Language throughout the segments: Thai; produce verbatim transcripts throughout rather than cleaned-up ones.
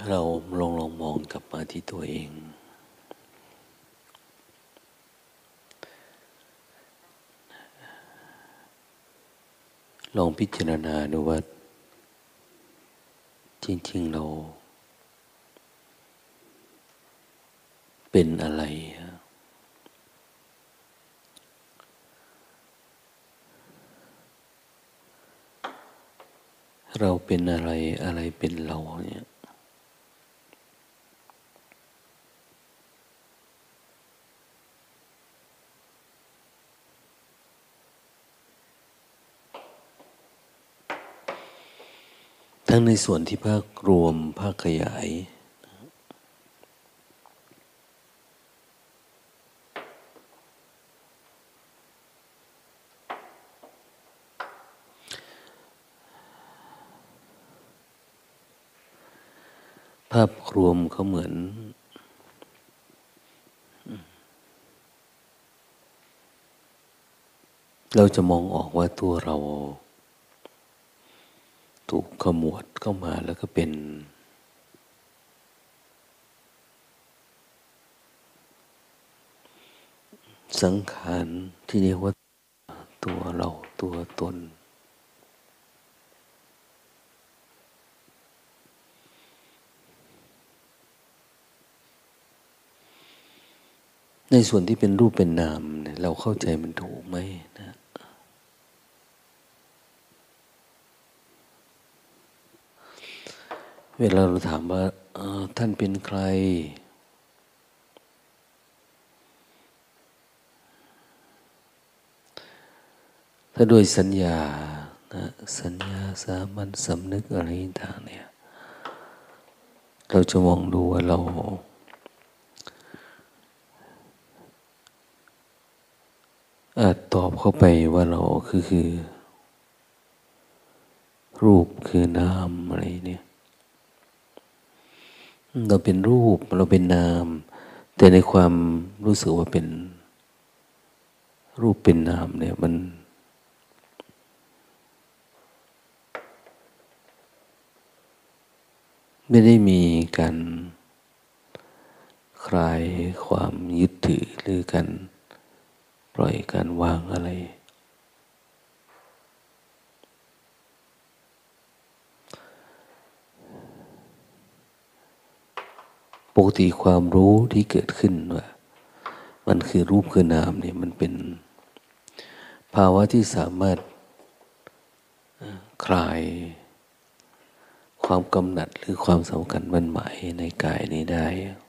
เราลองลองมองกลับมาที่ตัวเองลองพิจารณาดูว่าจริงๆเราเป็นอะไรเราเป็นอะไรอะไรเป็นเราเนี่ยทั้งในส่วนที่ภาครวมภาคขยายภาพรวมเขาเหมือนเราจะมองออกว่าตัวเราถูกขมวดเข้ามาแล้วก็เป็นสังขารที่เรียกว่าตัวเราตัวตนในส่วนที่เป็นรูปเป็นนามเนี่ยเราเข้าใจมันถูกไหมนะเวลาเราถามว่าท่านเป็นใครถ้าโดยสัญญานะสัญญาสามัญสำนึกอะไรต่างเนี่ยเราจะมองดูว่าเราอาจตอบเข้าไปว่าเราคือคือรูปคือนามอะไรเนี่ยเราเป็นรูปเราเป็นนามแต่ในความรู้สึกว่าเป็นรูปเป็นนามเนี่ยมันไม่ได้มีการคลายความยึดถือหรือการปล่อยการวางอะไรปกติความรู้ที่เกิดขึ้นว่ามันคือรูปคือนามเนี่ยมันเป็นภาวะที่สามารถคลายความกำหนัดหรือความสำคัญมั่นหมายในกายนี้ได้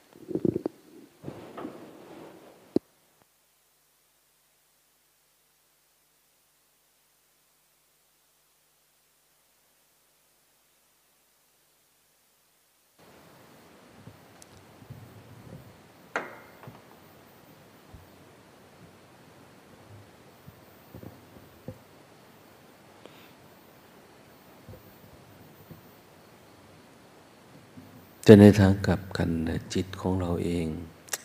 แต่ในทางกลับกันจิตของเราเอง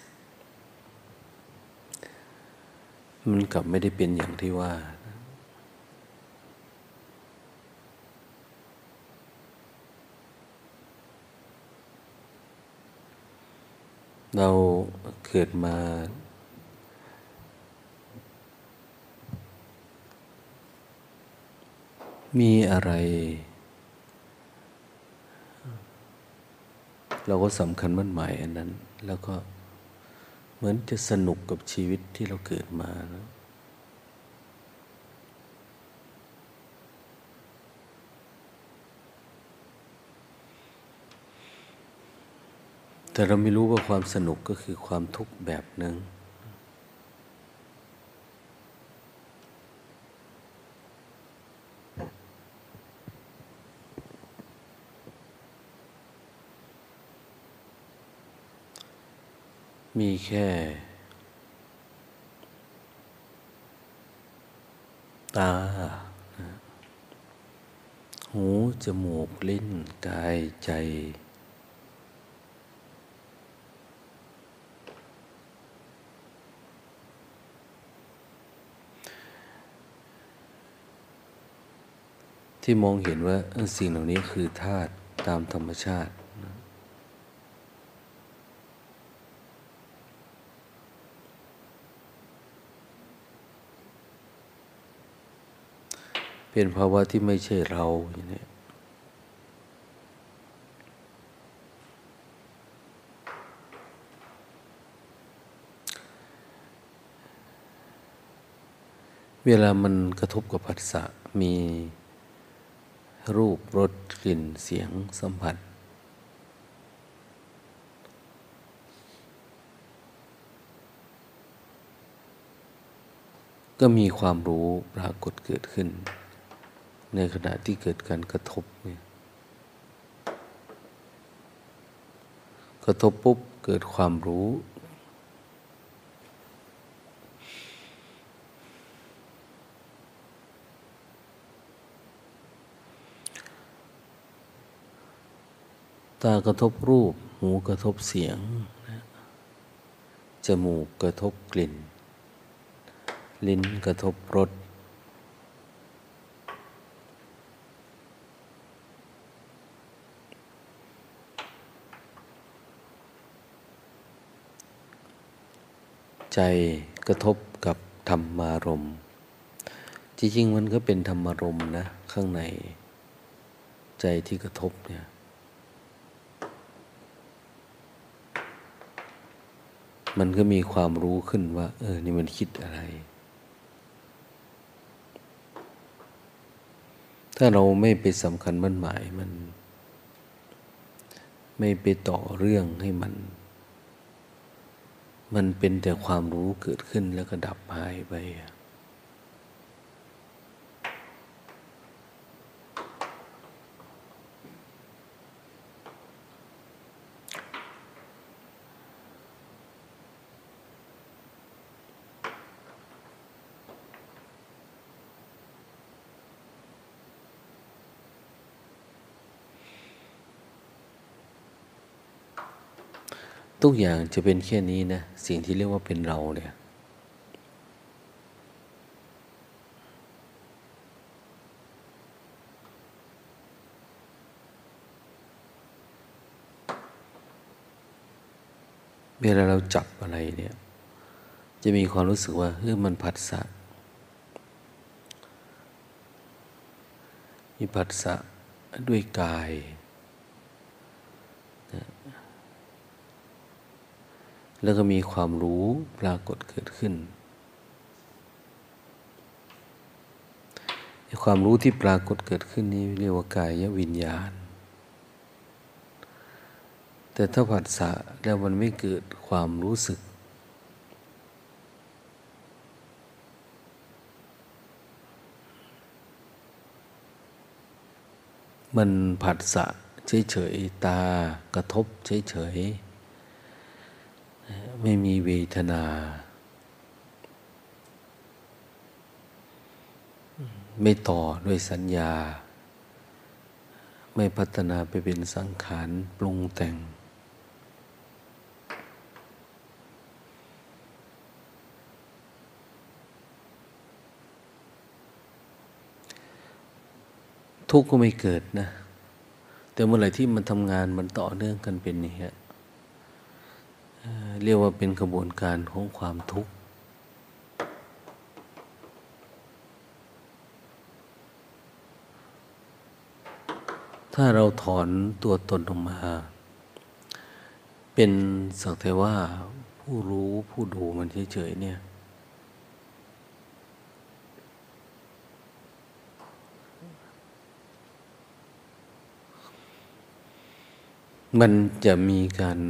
มันกลับไม่ได้เป็นอย่างที่ว่าเราเกิดมามีอะไรเราก็สำคัญมั่นหมายอันนั้นแล้วก็เหมือนจะสนุกกับชีวิตที่เราเกิดมานะแต่เราไม่รู้ว่าความสนุกก็คือความทุกข์แบบหนึ่งมีแค่ตาหูจมูกลิ้นกายใจที่มองเห็นว่าสิ่งเหล่านี้คือธาตุตามธรรมชาติเป็นภาวะที่ไม่ใช่เราอย่างนี้เวลามันกระทบกับผัสสะมีรูปรสกลิ่นเสียงสัมผัสก็มีความรู้ปรากฏเกิดขึ้นในขณะที่เกิดการกระทบเนี่ยกระทบปุ๊บเกิดความรู้ตากระทบรูปหูกระทบเสียงจมูกกระทบกลิ่นลิ้นกระทบรสใจกระทบกับธรรมารมณ์จริงๆมันก็เป็นธรรมารมณ์นะข้างในใจที่กระทบเนี่ยมันก็มีความรู้ขึ้นว่าเออนี่มันคิดอะไรถ้าเราไม่ไปสำคัญมั่นหมายมันไม่ไปต่อเรื่องให้มันมันเป็นแต่ความรู้เกิดขึ้นแล้วก็ดับหายไปทุกอย่างจะเป็นแค่นี้นะสิ่งที่เรียกว่าเป็นเราเนี่ยเวลาเราจับอะไรเนี่ยจะมีความรู้สึกว่าเฮ้ยมันผัสสะมีผัสสะด้วยกายนะแล้วก็มีความรู้ปรากฏเกิดขึ้นความรู้ที่ปรากฏเกิดขึ้นนี้เรียกว่ากายวิญญาณแต่ถ้าผัสสะแล้วมันไม่เกิดความรู้สึกมันผัสสะเฉยๆตากระทบเฉยๆไม่มีเวทนาไม่ต่อด้วยสัญญาไม่พัฒนาไปเป็นสังขารปรุงแต่งทุกข์ก็ไม่เกิดนะแต่เมื่อไหร่ที่มันทำงานมันต่อเนื่องกันเป็นอย่างนี้เรียกว่าเป็นกระบวนการของความทุกข์ถ้าเราถอนตัวตนออกมาเป็นสักแต่ว่าผู้รู้ผู้ดูมันเฉยๆเนี่ยมันจะมีการ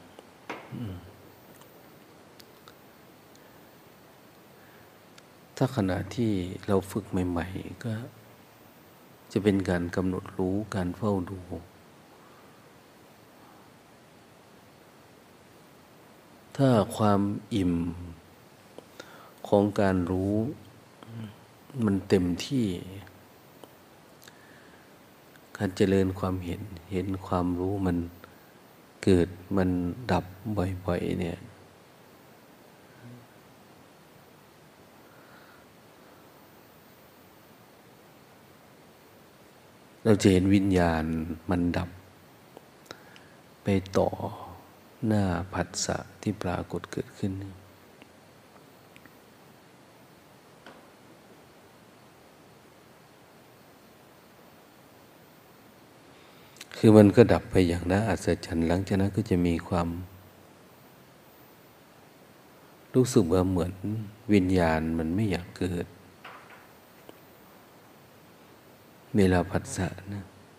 ถ้าขณะที่เราฝึกใหม่ๆก็จะเป็นการกำหนดรู้การเฝ้าดูถ้าความอิ่มของการรู้มันเต็มที่การเจริญความเห็นเห็นความรู้มันเกิดมันดับบ่อยๆเนี่ยเราจะเห็นวิญญาณมันดับไปต่อหน้าผัสสะที่ปรากฏเกิดขึ้นคือมันก็ดับไปอย่างน่าอัศจรรย์หลังจากนั้นก็จะมีความรู้สึกว่าเหมือนวิญญาณมันไม่อยากเกิดเวลาผัสสะนะ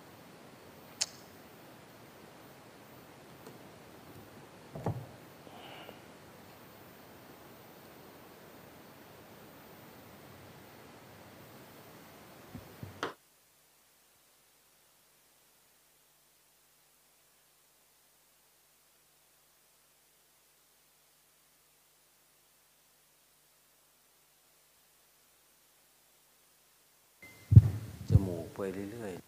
จมูกไปเรื่อย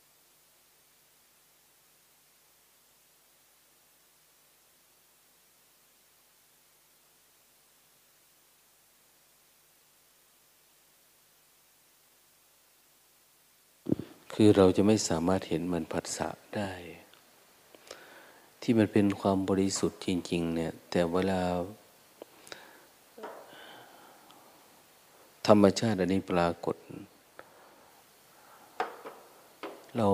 ๆคือเราจะไม่สามารถเห็นมันผัสสะได้ที่มันเป็นความบริสุทธิ์จริงๆเนี่ยแต่เวลาธรรมชาติอันนี้ปรากฏเรา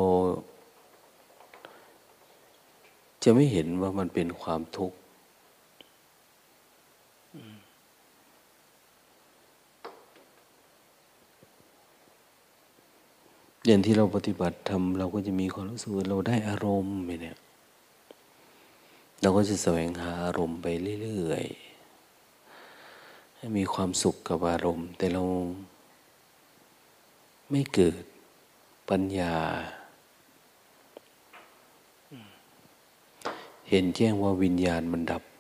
จะไม่เห็นว่ามันเป็นความทุกข์อย่างที่เราปฏิบัติธรรมเราก็จะมีความรู้สึกว่าเราได้อารมณ์ไปเนี่ยเราก็จะแสวงหาอารมณ์ไปเรื่อยๆให้มีความสุขกับอารมณ์แต่เราไม่เกิดปัญญาเห็นแจ้งว่าวิญญาณมันดับ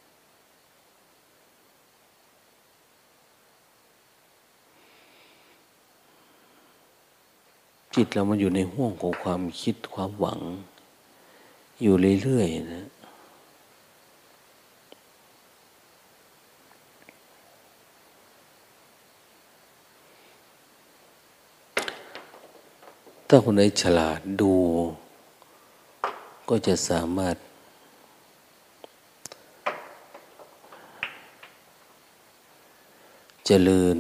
จิตเรามันอยู่ในห้วงของความคิดความหวังอยู่เรื่อยๆนะถ้าคนไหนฉลาดดูก็จะสามารถเจริญ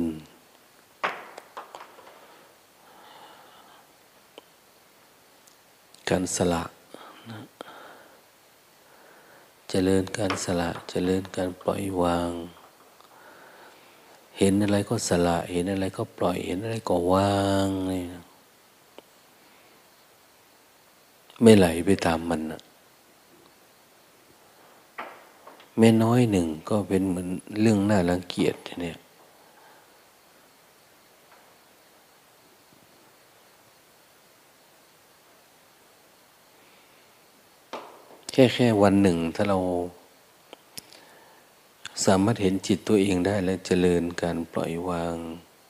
การสละนะเจริญการสละเจริญการปล่อยวางเห็นอะไรก็สละเห็นอะไรก็ปล่อยเห็นอะไรก็วางนี่นะไม่ไหลไปตามมันนะแม้น้อยหนึ่งก็เป็นเหมือนเรื่องน่ารังเกียจเนี่ยแค่แค่วันหนึ่งถ้าเราสามารถเห็นจิตตัวเองได้และเจริญการปล่อยวาง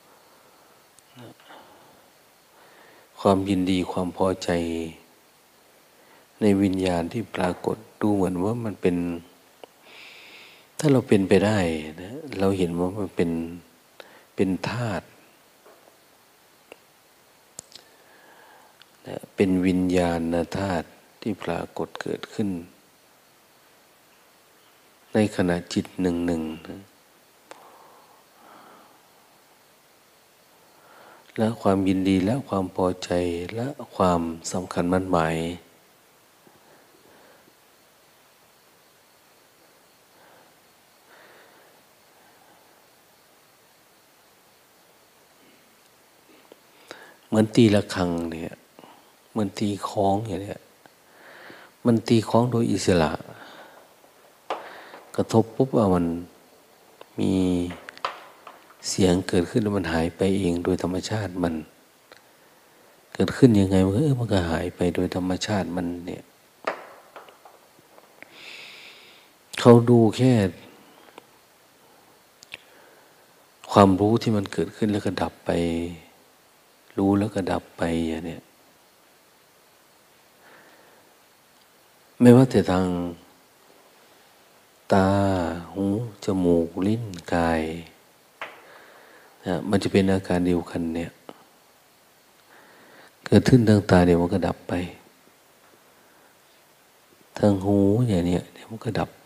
ความยินดีความพอใจในวิญญาณที่ปรากฏดูเหมือนว่ามันเป็นถ้าเราเป็นไปได้นะเราเห็นว่ามันเป็นเป็นธาตุนะเป็นวิญญาณธาตุที่ปรากฏเกิดขึ้นในขณะจิตหนึ่งหนึ่งนะและความยินดีและความพอใจและความสำคัญมั่นหมายเหมือนตีระฆังเนี่ยเหมือนตีคล้องอย่างเนี้ยมันตีคล้องโดยอิสระกระทบปุ๊บว่ามันมีเสียงเกิดขึ้นแล้วมันหายไปเองโดยธรรมชาติมันเกิดขึ้นยังไงมันก็เออมันก็หายไปโดยธรรมชาติมันเนี่ยเขาดูแค่ความรู้ที่มันเกิดขึ้นแล้วก็ดับไปรู้แล้วก็ดับไปอย่างเนี้ยไม่ว่าแต่ทางตาหูจมูกลิ้นกายนะมันจะเป็นอาการเดียวกันเนี่ยเกิดขึ้นทางตาเดี๋ยวมันก็ดับไปทางหูอย่างเนี้ยเดี๋ยวมันก็ดับ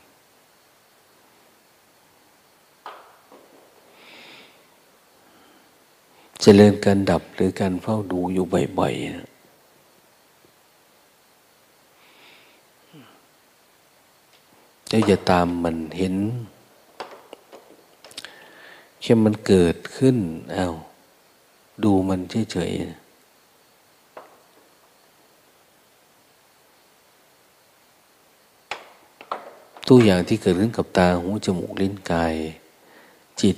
เจริญการดับหรือการเฝ้าดูอยู่บ่อยๆนะแล้วอย่าตามมันเห็นแค่มันเกิดขึ้นอ้าวดูมันเฉยๆตัวอย่างที่เกิดขึ้นกับตาหูจมูกลิ้นกายจิต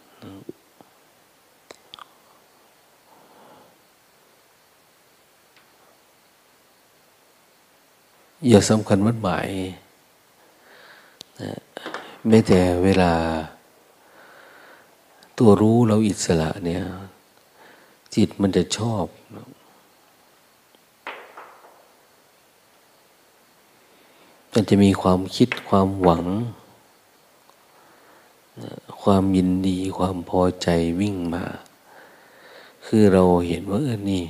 อย่าสำคัญมั่นหมายนะแม้แต่เวลาตัวรู้เราอิสระเนี่ยจิตมันจะชอบมันจะมีความคิดความหวังความยินดีความพอใจวิ่งมาคือเราเห็นว่าเออนี่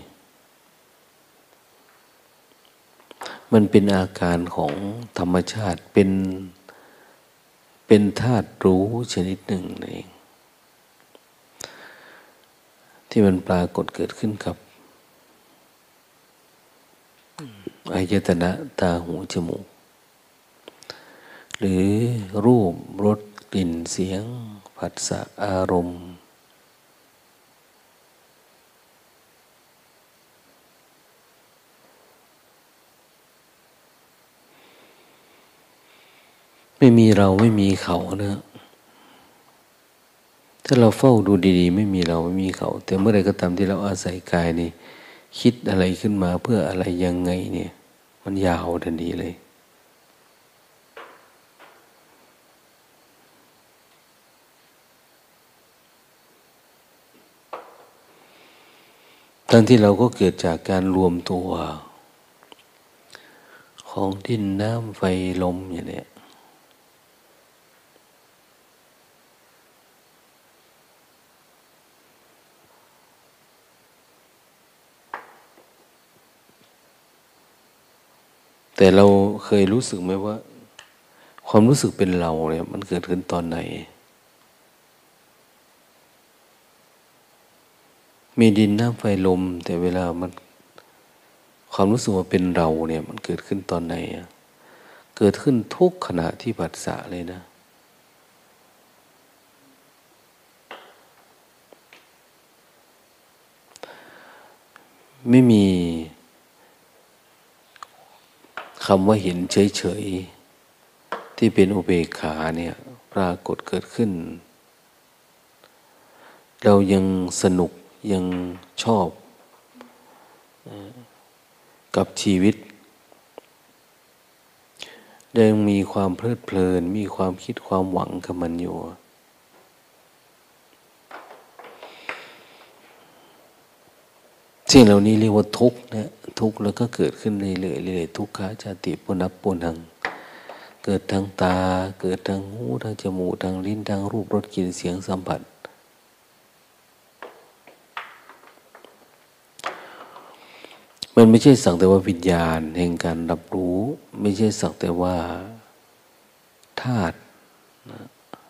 มันเป็นอาการของธรรมชาติเป็นเป็นธาตุรู้ชนิดหนึ่งนั่นเองที่มันปรากฏเกิดขึ้นกับอายตนะตาหูจมูกหรือรูปรสกลิ่นเสียงผัสสะอารมณ์ไม่มีเราไม่มีเขานะถ้าเราเฝ้าดูดีๆไม่มีเราไม่มีเขาแต่เมื่อใดก็ตามที่เราอาศัยกายนี่คิดอะไรขึ้นมาเพื่ออะไรยังไงเนี่ยมันยาวทันทีเลยทั้งที่เราก็เกิดจากการรวมตัวของดินน้ำไฟลมอย่างเนี้ยแต่เราเคยรู้สึกไหมว่าความรู้สึกเป็นเราเนี่ยมันเกิดขึ้นตอนไหนมีดินน้ำไฟลมแต่เวลามันความรู้สึกว่าเป็นเราเนี่ยมันเกิดขึ้นตอนไหนอะเกิดขึ้นทุกขณะที่ผัสสะเลยนะไม่มีคำว่าเห็นเฉยๆที่เป็นอุเบกขาเนี่ยปรากฏเกิดขึ้นเรายังสนุกยังชอบกับชีวิตยังมีความเพลิดเพลินมีความคิดความหวังกับมันอยู่สิ่งเหล่านี้เรียกว่าทุกข์นะทุกข์แล้วก็เกิดขึ้นเรื่อยๆเรื่อยๆทุกขชาติปุณัพปุนังเกิดทางตาเกิดทางหูทางจมูกทางลิ้นทางรูปรสกลิ่นเสียงสัมผัสมันไม่ใช่สักแต่ว่าวิญญาณแห่งการรับรู้ไม่ใช่สักแต่ว่าธาตุนะ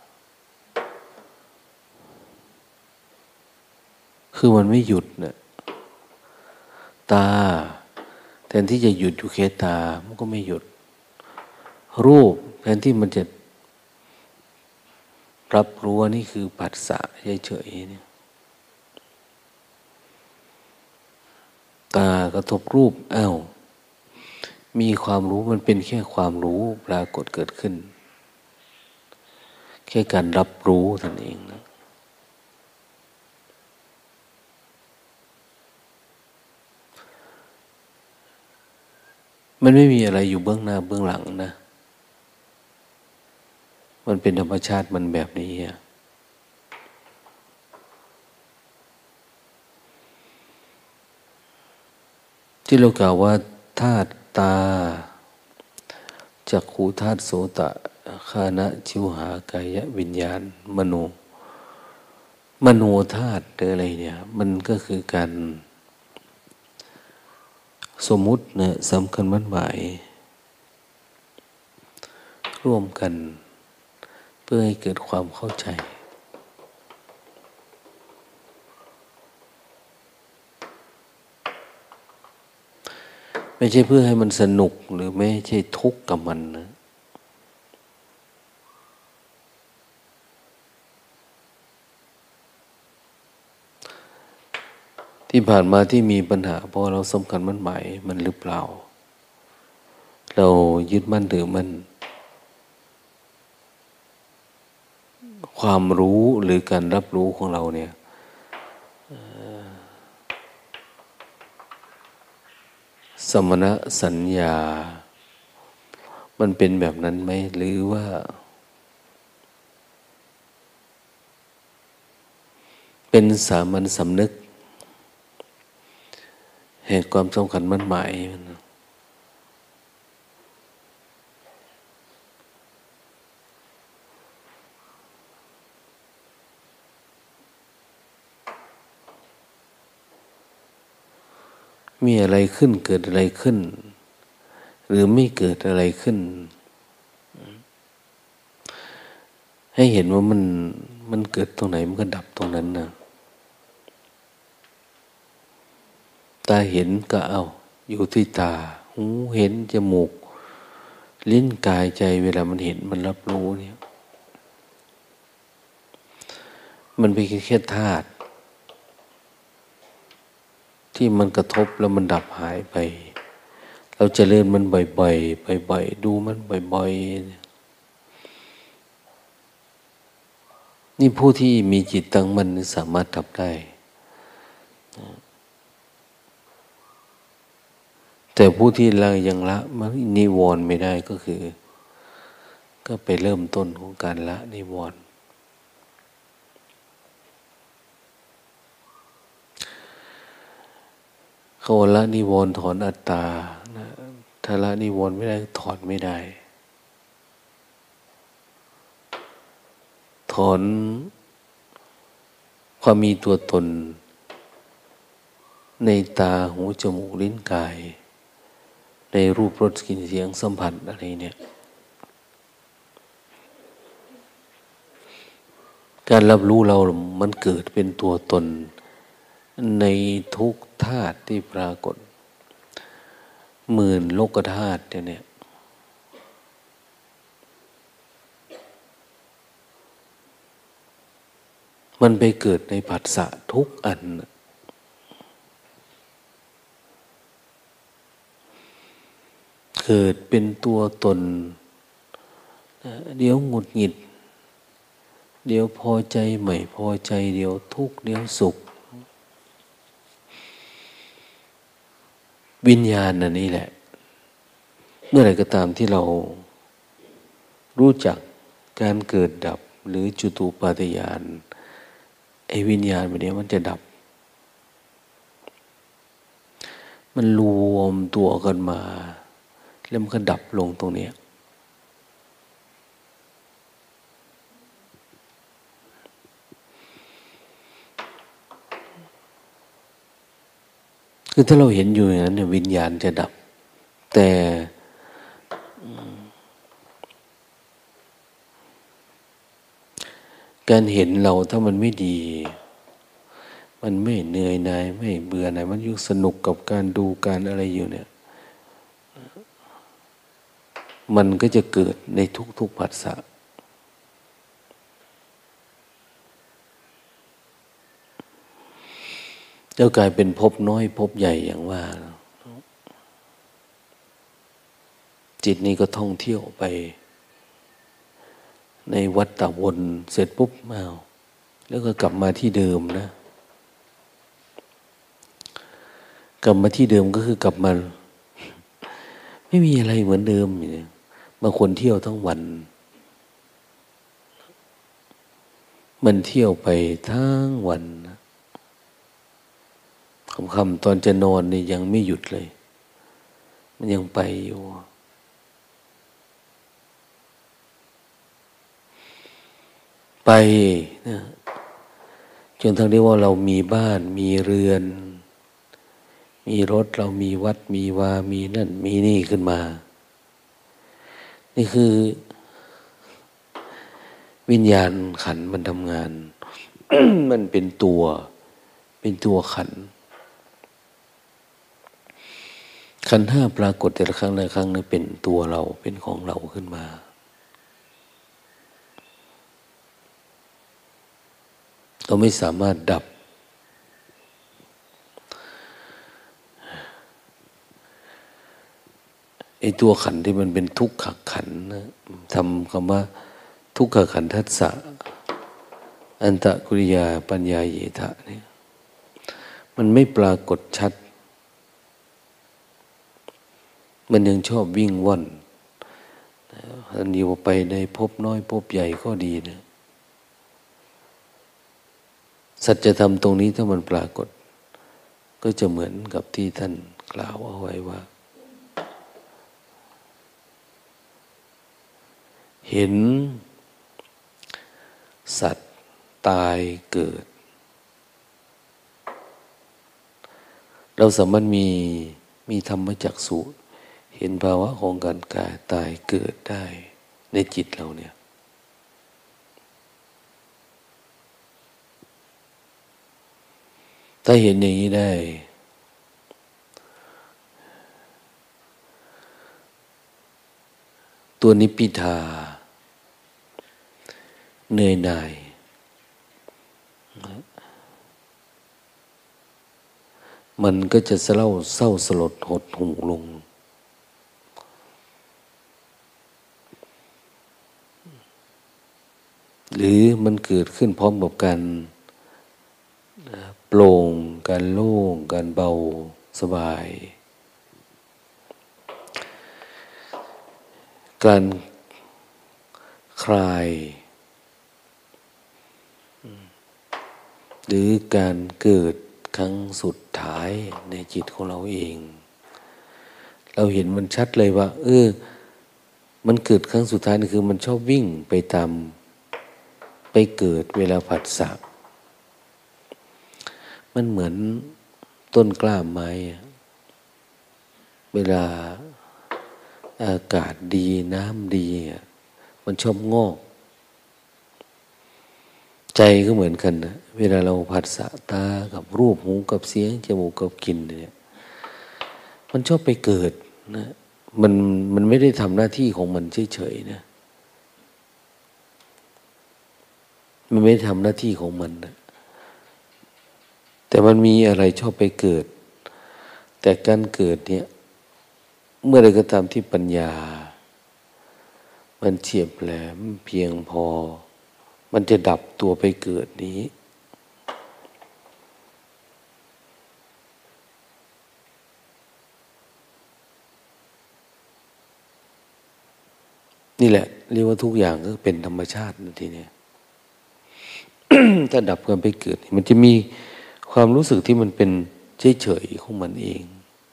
คือมันไม่หยุดนะตาแทนที่จะหยุดอยู่แค่ตามันก็ไม่หยุดรูปแทนที่มันจะรับรู้ว่านี่คือผัสสะเฉยๆเนี่ยตากระทบรูปอ้าวมีความรู้มันเป็นแค่ความรู้ปรากฏเกิดขึ้นแค่การรับรู้เท่านั้นเองนะมันไม่มีอะไรอยู่เบื้องหน้าเบื้องหลังนะมันเป็นธรรมชาติมันแบบนี้อะที่เรากล่าวว่าธาตุตาจักขุธาตุโสตฆานะชิวหากายวิญญาณมโนมโนธาตุหรืออะไรเนี่ยมันก็คือการสมมุตินะสำคัญมั่นหมายร่วมกันเพื่อให้เกิดความเข้าใจไม่ใช่เพื่อให้มันสนุกหรือไม่ใช่ทุกข์กับมันนะที่ผ่านมาที่มีปัญหาเพราะเราสำคัญมั่นหมายมันหรือเปล่าเรายึดมั่นถือมั่นความรู้หรือการรับรู้ของเราเนี่ยสมณสัญญามันเป็นแบบนั้นไหมหรือว่าเป็นสามัญสำนึกแห่งความสำคัญมั่นหมายมีอะไรขึ้นเกิดอะไรขึ้นหรือไม่เกิดอะไรขึ้นให้เห็นว่ามันมันเกิดตรงไหนมันก็ดับตรงนั้นนะตาเห็นก็เอาอยู่ที่ตาหูเห็นจมูกลิ้นกายใจเวลามันเห็นมันรับรู้เนี่ยมันเป็นแค่ธาตุที่มันกระทบแล้วมันดับหายไปเราจะเลื่อนมันบ่อยๆบ่อยๆดูมันบ่อยๆนี่ผู้ที่มีจิตตั้งมั่นสามารถทำได้แต่ผู้ที่เรายังละมันนิวรณ์ไม่ได้ก็คือก็ไปเริ่มต้นของการละนิวรณ์เขาละนิวรณ์ถอนอัตตานะถ้าละนิวรณ์ไม่ได้ถอนไม่ได้ถอนความมีตัวตนในตาหูจมูกลิ้นกายในรูปรสกลิ่นเสียงสัมผัสอะไรเนี่ยการรับรู้เรามันเกิดเป็นตัวตนในทุกธาตุที่ปรากฏหมื่นโลกธาตุเนี่ยมันไปเกิดในผัสสะทุกอันเกิดเป็นตัวตนเดี๋ยวหงุดหงิดเดี๋ยวพอใจไม่พอใจเดี๋ยวทุกข์เดี๋ยวสุขวิญญาณอันนี้แหละเมื่อไหร่ก็ตามที่เรารู้จักการเกิดดับหรือจุตูปาทญาณไอ้วิญญาณแบบนี้มันจะดับมันรวมตัวกันมาแล้วมันก็ดับลงตรงนี้คือถ้าเราเห็นอยู่อย่างนั้นเนี่ยวิญญาณจะดับแต่การเห็นเราถ้ามันไม่ดีมันไม่เหนื่อยหน่ายไม่เบื่อหน่ายมันอยู่สนุกกับการดูการอะไรอยู่เนี่ยมันก็จะเกิดในทุกๆผัสสะแล้วกลายเป็นภพน้อยภพใหญ่อย่างว่าจิตนี้ก็ท่องเที่ยวไปในวัฏฏะวนเสร็จปุ๊บมาแล้วก็กลับมาที่เดิมนะกลับมาที่เดิมก็คือกลับมาไม่มีอะไรเหมือนเดิมอย่างนี้บางคนเที่ยวทั้งวันมันเที่ยวไปทั้งวันนะค่ำๆตอนจะนอนนี่ยังไม่หยุดเลยมันยังไปอยู่ไปนะจนทั้งที่ว่าเรามีบ้านมีเรือนมีรถเรามีวัดมีวามีนั่นมีนี่ขึ้นมานี่คือวิญญาณขันธ์มันทำงาน มันเป็นตัวเป็นตัวขันธ์ขันธ์ห้าปรากฏแต่ละครั้งละครั้งนั้นเป็นตัวเราเป็นของเราขึ้นมาเราไม่สามารถดับอ้ตัวขันธ์ที่มันเป็นทุกขขันธ์นะทำคำว่าทุกขขันธัสสะอันตะกุริยาปัญญาเยทะเนี่ยมันไม่ปรากฏชัดมันยังชอบวิ่งว่อนอันอยู่ไปในภพน้อยภพใหญ่ก็ดีนะสัจธรรมตรงนี้ถ้ามันปรากฏก็จะเหมือนกับที่ท่านกล่าวเอาไว้ว่าเห็นสัตว์ตายเกิดเราสามารถมีมีธรรมจักษุเห็นภาวะของการกายตายเกิดได้ในจิตเราเนี่ยถ้าเห็นอย่างนี้ได้ตัวนิพพิทาเหนื่อยหน่ายมันก็จะเศร้าเศร้าสลดหดหู่ลงหรือมันเกิดขึ้นพร้อมกับการโปร่งการโล่งการเบาสบายการคลายหรือการเกิดครั้งสุดท้ายในจิตของเราเองเราเห็นมันชัดเลยว่าเออมันเกิดครั้งสุดท้ายนี่คือมันชอบวิ่งไปตามไปเกิดเวลาผัสสะมันเหมือนต้นกล้าไม้เวลาอากาศดีน้ำดีมันชอบงอกใจก็เหมือนกันนะเวลาเราผัสสะตากับรูปหูกับเสียงจมูกกับกลิ่นเนี่ยมันชอบไปเกิดนะมันมันไม่ได้ทำหน้าที่ของมันเฉยๆนะมันไม่ได้ทำหน้าที่ของมันนะแต่มันมีอะไรชอบไปเกิดแต่การเกิดเนี่ยเมื่อใดก็ตามที่ปัญญามันเฉียบแหลมเพียงพอมันจะดับตัวไปเกิดนี้นี่แหละเรียกว่าทุกอย่างก็เป็นธรรมชาตินะทีเนี้ย ถ้าดับกันไปเกิดมันจะมีความรู้สึกที่มันเป็นเฉยๆของมันเอง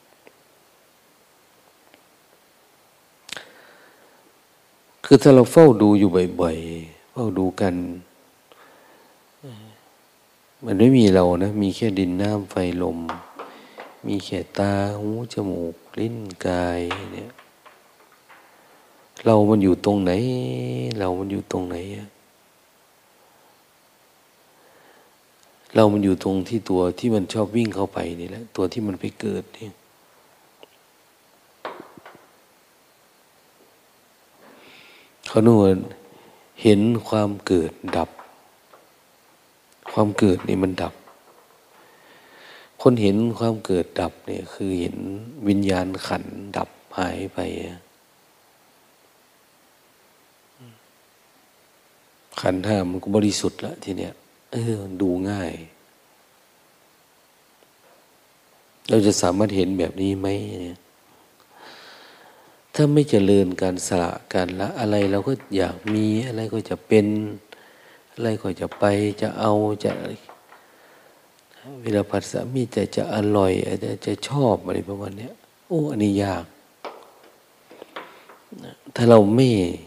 คือถ้าเราเฝ้าดูอยู่บ่อยๆเฝ้าดูกันมันไม่มีเรานะมีแค่ดินน้ำไฟลมมีแค่ตาหูจมูกลิ้นกายเนี่ยเรามันอยู่ตรงไหนเรามันอยู่ตรงไหนเรามันอยู่ตรงที่ตัวที่มันชอบวิ่งเข้าไปนี่แหละตัวที่มันไปเกิดนี่เขาโน่นเห็นความเกิดดับความเกิดนี่มันดับคนเห็นความเกิดดับเนี่ยคือเห็นวิญญาณขันธ์ดับหายไปขันธ์ห้ามันก็บริสุทธิ์ละทีเนี้ยเออดูง่ายเราจะสามารถเห็นแบบนี้ไหมเนี่ยถ้าไม่เจริญการสละการละอะไรเราก็อยากมีอะไรก็จะเป็นอะไรก็จะไปจะเอาจะเวลาผัสสะมีแต่จะอร่อยอาจจะจะชอบอะไรประมาณนี้โอ้อันนี้ยากถ้าเราไม่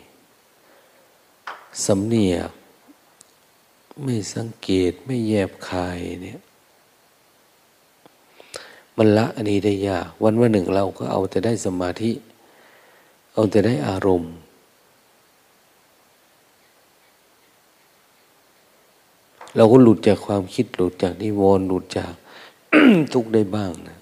สำเนียกไม่สังเกตไม่แยบคายเนี่ยมันละอันนี้ได้ยากวันวันหนึ่งเราก็เอาแต่ได้สมาธิเอาแต่ได้อารมณ์เราก็หลุดจากความคิดหลุดจากนิวรณ์หลุดจาก ทุกข์ได้บ้างนะ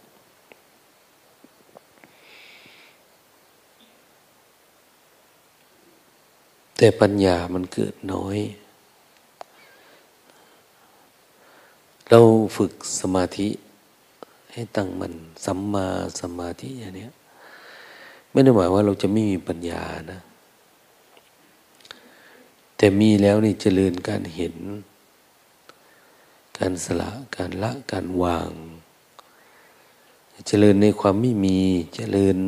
แต่ปัญญามันเกิดน้อยเราฝึกสมาธิให้ตั้งมันสัมมาสมาธิอย่างนี้ไม่ได้หมายว่าเราจะไม่มีปัญญานะแต่มีแล้วนี่เจริญการเห็นการสละการละการวางเจริญในความไม่มีเจริญ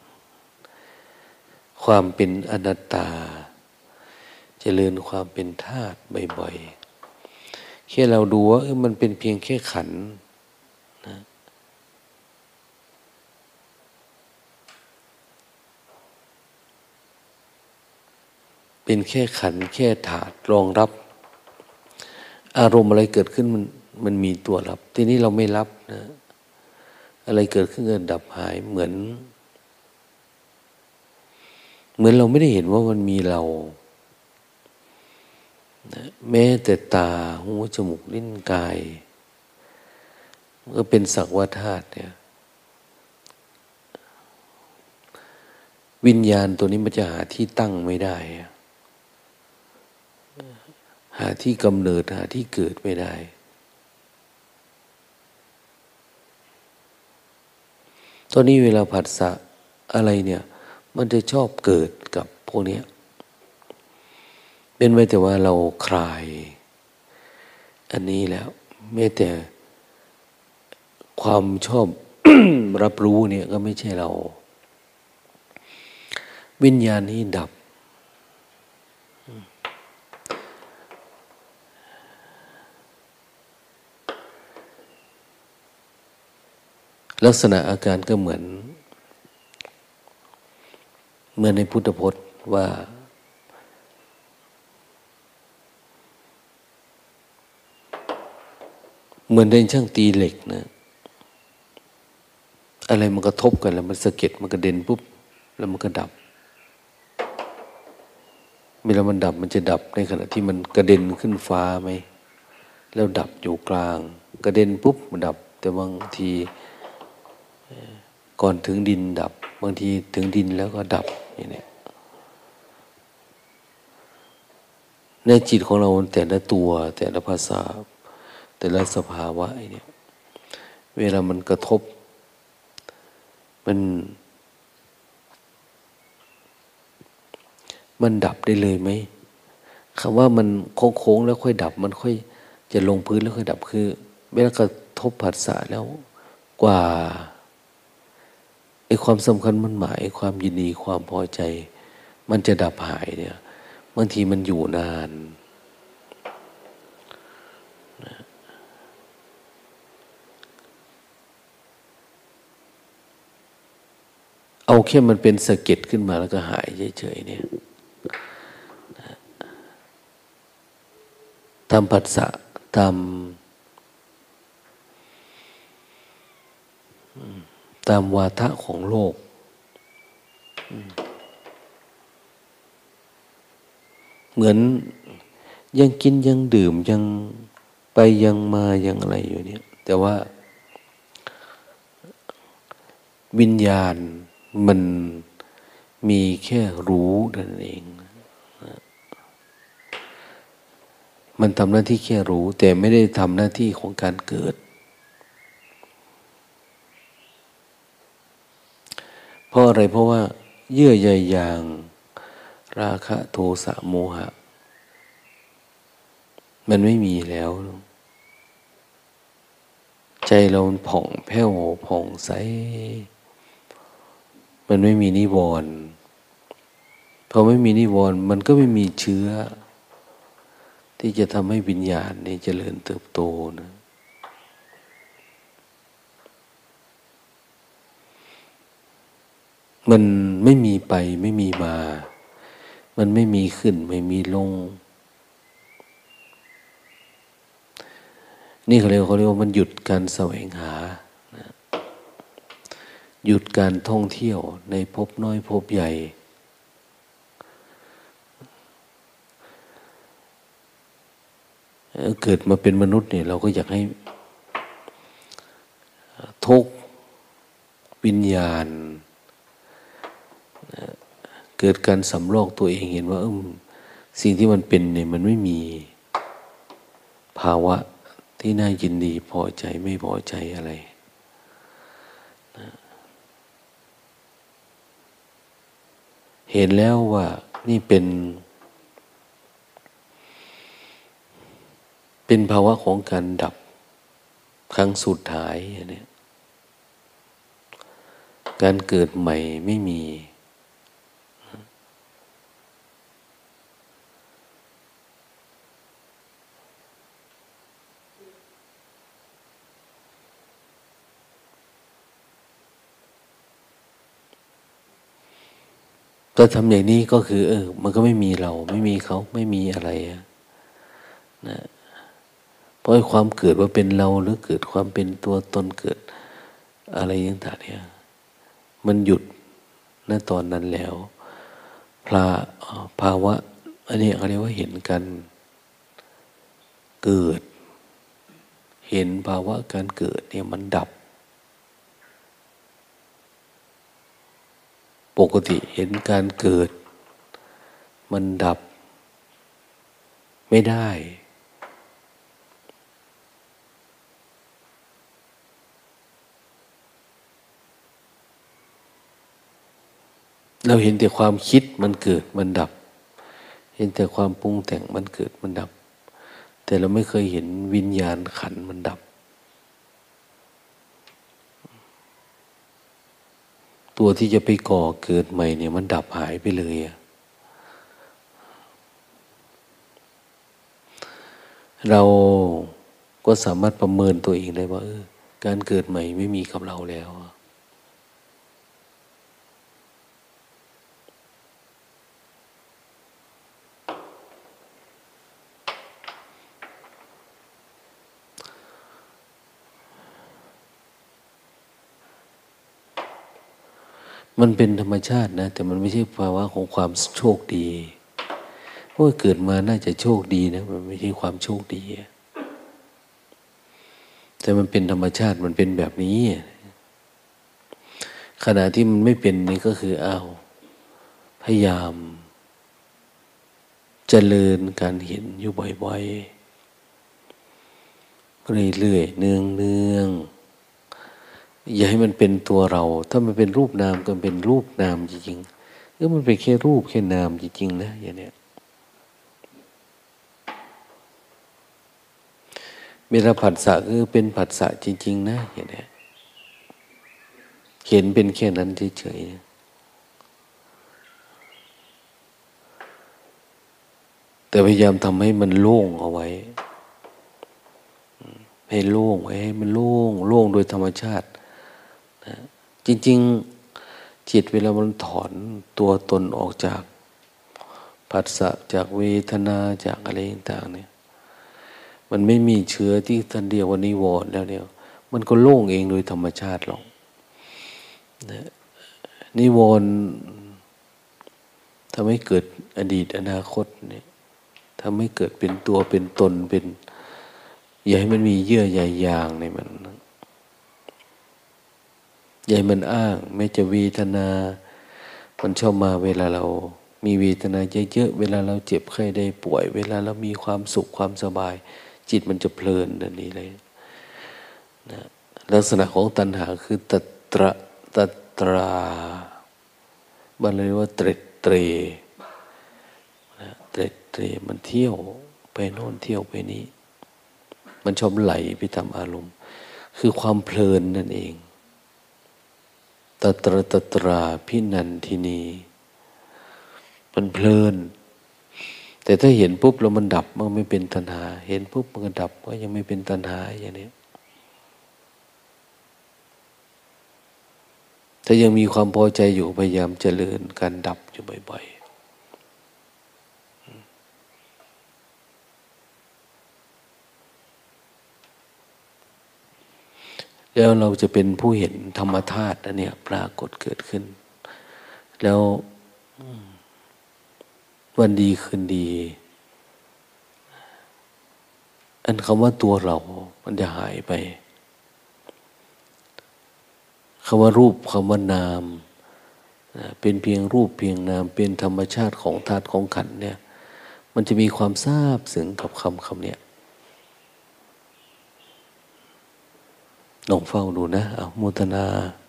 ความเป็นอนัตตาเจริญความเป็นธาตุบ่อยๆแค่เราดูว่าเออมันเป็นเพียงแค่ขันธ์นะเป็นแค่ขันธ์แค่ถาดรองรับอารมณ์อะไรเกิดขึ้นมันมันมีตัวรับทีนี้เราไม่รับนะอะไรเกิดขึ้นก็ดับหายเหมือนเหมือนเราไม่ได้เห็นว่ามันมีเรานะแม้แต่ตาหูจมูกลิ้นกายก็เป็นสักว่าธาตุเนี่ยวิญญาณตัวนี้มันจะหาที่ตั้งไม่ได้หาที่กำเนิดหาที่เกิดไม่ได้ตอนนี้เวลาผัสสะอะไรเนี่ยมันจะชอบเกิดกับพวกนี้เป็นไว้แต่ว่าเราคลายอันนี้แล้วแม้แต่ความชอบ รับรู้เนี่ยก็ไม่ใช่เราวิญญาณนี้ดับลักษณะอาการก็เหมือนเหมือนในพุทธพจน์ว่าเหมือนเดินช่างตีเหล็กนะอะไรมันกระทบกันแล้วมันสะเก็ดมันกระเด็นปุ๊บแล้วมันก็ดับเวลามันดับมันจะดับในขณะที่มันกระเด็นขึ้นฟ้าไหมแล้วดับอยู่กลางกระเด็นปุ๊บมันดับแต่บางทีก่อนถึงดินดับบางทีถึงดินแล้วก็ดับอย่างนี้ในจิตของเราแต่ละตัวแต่ละภาษาแต่ละสภาวะเนี่ยเวลามันกระทบมันมันดับได้เลยไหมคำว่ามันโค้งๆแล้วค่อยดับมันค่อยจะลงพื้นแล้วค่อยดับคือเวลากระทบผัสสะแล้วกว่าไอ้ความสำคัญมันหมายความยินดีความพอใจมันจะดับหายเนี่ยบางทีมันอยู่นานเอาแค่มันเป็นสะเก็ดขึ้นมาแล้วก็หายเฉยๆเนี่ยตามผัสสะตามตามวาทะของโลกเหมือนยังกินยังดื่มยังไปยังมายังอะไรอยู่เนี่ยแต่ว่าวิญญาณมันมีแค่รู้นั่นเองมันทำหน้าที่แค่รู้แต่ไม่ได้ทำหน้าที่ของการเกิดเพราะอะไรเพราะว่าเยื่อใยอย่างราคะโทสะโมหะมันไม่มีแล้วใจเรามันผ่องแผ้วผ่องใสมันไม่มีนิวรณ์พอไม่มีนิวรณ์มันก็ไม่มีเชื้อที่จะทำให้วิญญาณนี่เจริญเติบโตนะมันไม่มีไปไม่มีมามันไม่มีขึ้นไม่มีลงนี่เขาเรียกเขาเรียกว่ามันหยุดการแสวงหานะหยุดการท่องเที่ยวในภพน้อยภพใหญ่เกิดมาเป็นมนุษย์เนี่ยเราก็อยากให้ทุกวิญญาณเกิดการสำรอกตัวเองเห็นว่าเออสิ่งที่มันเป็นเนี่ยมันไม่มีภาวะที่น่ายินดีพอใจไม่พอใจอะไรนะเห็นแล้วว่านี่เป็นเป็นภาวะของการดับครั้งสุดท้ายเนี่ยการเกิดใหม่ไม่มีถ้าทำอย่างนี้ก็คือเออมันก็ไม่มีเราไม่มีเขาไม่มีอะไรนะเพราะความเกิดว่าเป็นเราหรือเกิดความเป็นตัวตนเกิดอะไรต่างๆเนี่ยมันหยุดณตอนนั้นแล้วพระภาวะอันนี้เขาเรียกว่าเห็นกันเกิดเห็นภาวะการเกิดเนี่ยมันดับปกติเห็นการเกิดมันดับไม่ได้เราเห็นแต่ความคิดมันเกิดมันดับเห็นแต่ความปรุงแต่งมันเกิดมันดับแต่เราไม่เคยเห็นวิญญาณขันธ์มันดับตัวที่จะไปก่อเกิดใหม่เนี่ยมันดับหายไปเลยอะเราก็สามารถประเมินตัวเองได้ว่าเออการเกิดใหม่ไม่มีกับเราแล้วมันเป็นธรรมชาตินะแต่มันไม่ใช่ภาวะของความโชคดีเพราะเกิดมาน่าจะโชคดีนะมันไม่ใช่ความโชคดีแต่มันเป็นธรรมชาติมันเป็นแบบนี้ขณะที่มันไม่เป็นนี่ก็คืออ้าวพยายามเจริญการเห็นอยู่บ่อยๆเรื่อยๆเนืองๆอย่าให้มันเป็นตัวเราถ้ามันเป็นรูปนามก็เป็นรูปนามจริงๆเออมันเป็นแค่รูปแค่นามจริงๆนะอย่างเนี้ยเวลาผัสสะคือเป็นผัสสะจริงๆนะอย่างเนี้ยเห็นเป็นแค่นั้นเฉยๆแต่พยายามทำให้มันโล่งเอาไว้ให้โล่งไว้ให้มันโล่งโล่งโดยธรรมชาตินะจริงๆจิตเวลามันถอนตัวตนออกจากผัสสะจากเวทนาจากอะไรต่างๆเนี่ยมันไม่มีเชื้อที่ท่านเรียกว่านิวรณ์แล้วเนี่ยมันก็โล่งเองโดยธรรมชาติหรอกนะนิวรณ์ทำให้เกิดอดีตอนาคตเนี่ยทำให้เกิดเป็นตัวเป็นตนเป็นอย่าให้มันมีเยื่อใยยางในมันอย่าให้มันอ้างแม้จะเวทนามันชอบมาเวลาเรามีเวทนาเยอะๆเวลาเราเจ็บไข้ได้ป่วยเวลาเรามีความสุขความสบายจิตมันจะเพลินนั่นนี่เลยนะลักษณะของตัณหาคือตัตระตัตราบันเลยว่าเตรเตรนะเตรเตรมันเที่ยวไปโน่นเที่ยวไปนี้มันชอบไหลไปตามอารมณ์คือความเพลินนั่นเองตัตระตัตราพินันทินีมันเพลินแต่ถ้าเห็นปุ๊บแล้วมันดับมันไม่เป็นตัณหาเห็นปุ๊บมันก็ดับก็ยังไม่เป็นตัณหาอย่างนี้ถ้ายังมีความพอใจอยู่พยายามเจริญการดับอยู่บ่อยๆแล้วเราจะเป็นผู้เห็นธรรมธาตุอันเนี้ยปรากฏเกิดขึ้นแล้ววันดีคืนดีอันคำว่าตัวเรามันจะหายไปคำว่ารูปคำว่านามเป็นเพียงรูปเพียงนามเป็นธรรมชาติของธาตุของขันธ์เนี่ยมันจะมีความซาบซึ้งกับคำคำเนี้ยลองเฝ้าดูนะเอาโมทนา